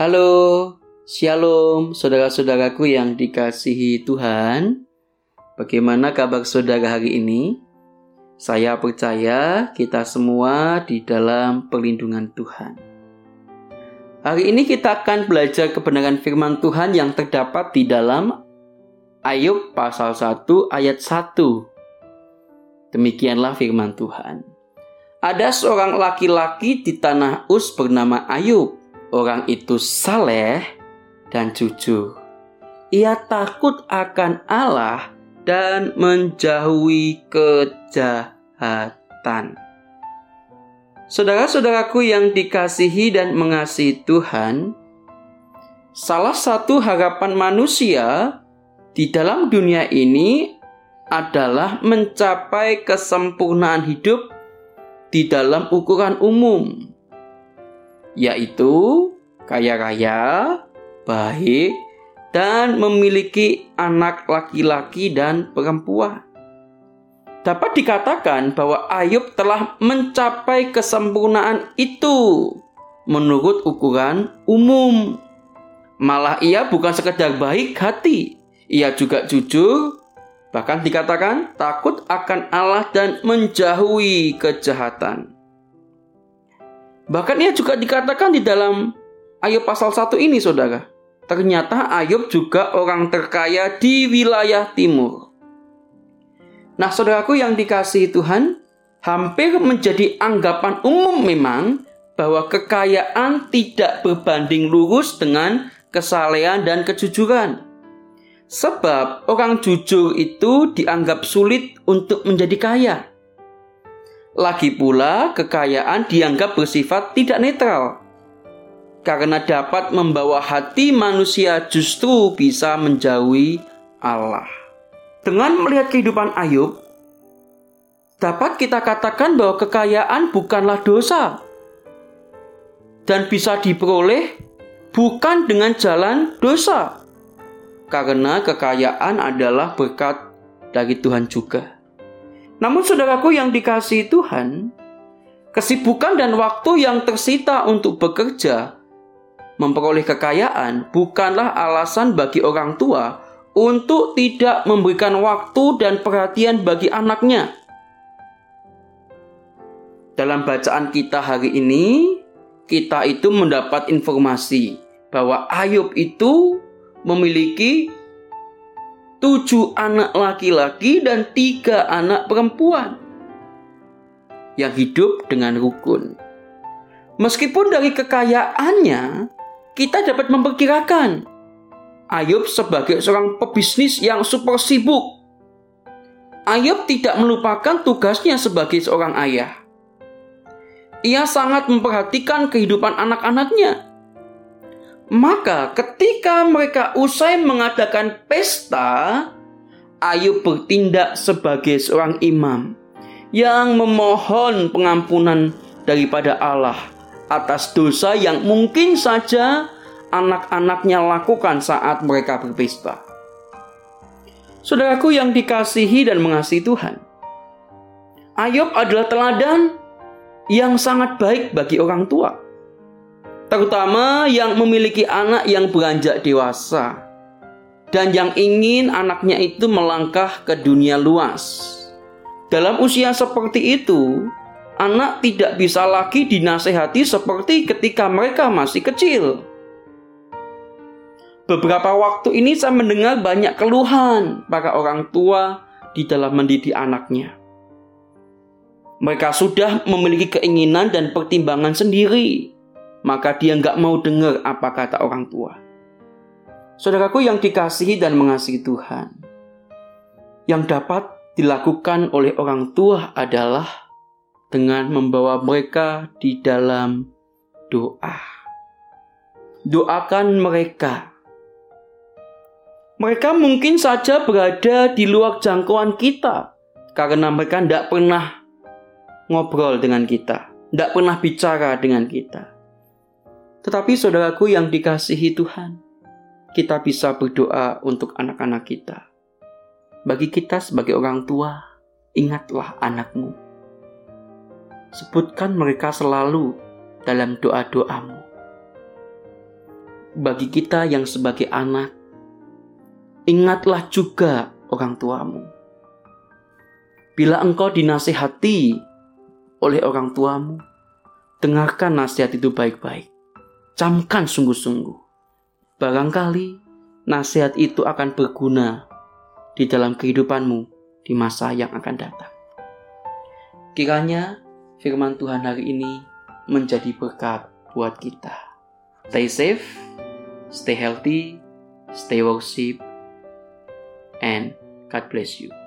Halo, Shalom saudara-saudaraku yang dikasihi Tuhan. Bagaimana kabar saudara hari ini? Saya percaya kita semua di dalam perlindungan Tuhan. Hari ini kita akan belajar kebenaran firman Tuhan yang terdapat di dalam Ayub pasal 1 ayat 1. Demikianlah firman Tuhan. Ada seorang laki-laki di tanah Uz bernama Ayub. Orang itu saleh dan jujur. Ia takut akan Allah dan menjauhi kejahatan. Saudara-saudaraku yang dikasihi dan mengasihi Tuhan, salah satu harapan manusia di dalam dunia ini adalah mencapai kesempurnaan hidup di dalam ukuran umum, yaitu kaya raya, baik, dan memiliki anak laki-laki dan perempuan. Dapat dikatakan bahwa Ayub telah mencapai kesempurnaan itu menurut ukuran umum. Malah ia bukan sekedar baik hati, ia juga jujur, bahkan dikatakan takut akan Allah dan menjauhi kejahatan. Bahkan ia juga dikatakan di dalam Ayub pasal 1 ini, saudara. Ternyata Ayub juga orang terkaya di wilayah timur. Nah, saudaraku yang dikasihi Tuhan, hampir menjadi anggapan umum memang bahwa kekayaan tidak berbanding lurus dengan kesalehan dan kejujuran. Sebab orang jujur itu dianggap sulit untuk menjadi kaya. Lagi pula, kekayaan dianggap bersifat tidak netral, karena dapat membawa hati manusia justru bisa menjauhi Allah. Dengan melihat kehidupan Ayub, dapat kita katakan bahwa kekayaan bukanlah dosa dan bisa diperoleh bukan dengan jalan dosa, karena kekayaan adalah berkat dari Tuhan juga. Namun saudaraku yang dikasihi Tuhan, kesibukan dan waktu yang tersita untuk bekerja, memperoleh kekayaan bukanlah alasan bagi orang tua untuk tidak memberikan waktu dan perhatian bagi anaknya. Dalam bacaan kita hari ini, kita itu mendapat informasi bahwa Ayub itu memiliki 7 anak laki-laki dan 3 anak perempuan yang hidup dengan rukun. Meskipun dari kekayaannya, kita dapat memperkirakan Ayub sebagai seorang pebisnis yang super sibuk. Ayub tidak melupakan tugasnya sebagai seorang ayah. Ia sangat memperhatikan kehidupan anak-anaknya. Maka ketika mereka usai mengadakan pesta, Ayub bertindak sebagai seorang imam yang memohon pengampunan daripada Allah atas dosa yang mungkin saja anak-anaknya lakukan saat mereka berpesta. Saudaraku yang dikasihi dan mengasihi Tuhan, Ayub adalah teladan yang sangat baik bagi orang tua, terutama yang memiliki anak yang beranjak dewasa dan yang ingin anaknya itu melangkah ke dunia luas. Dalam usia seperti itu, anak tidak bisa lagi dinasehati seperti ketika mereka masih kecil. Beberapa waktu ini saya mendengar banyak keluhan para orang tua di dalam mendidik anaknya. Mereka sudah memiliki keinginan dan pertimbangan sendiri, maka dia nggak mau dengar apa kata orang tua. Saudaraku yang dikasihi dan mengasihi Tuhan, yang dapat dilakukan oleh orang tua adalah dengan membawa mereka di dalam doa. Doakan mereka. Mereka mungkin saja berada di luar jangkauan kita, karena mereka tidak pernah ngobrol dengan kita, tidak pernah bicara dengan kita. Tetapi saudaraku yang dikasihi Tuhan, kita bisa berdoa untuk anak-anak kita. Bagi kita sebagai orang tua, ingatlah anakmu. Sebutkan mereka selalu dalam doa-doamu. bagi kita yang sebagai anak, ingatlah juga orang tuamu. Bila engkau dinasihati oleh orang tuamu, dengarkan nasihat itu baik-baik. Camkan sungguh-sungguh. Barangkali nasihat itu akan berguna di dalam kehidupanmu di masa yang akan datang. Kiranya firman Tuhan hari ini menjadi berkat buat kita. Stay safe, stay healthy, stay worship, and God bless you.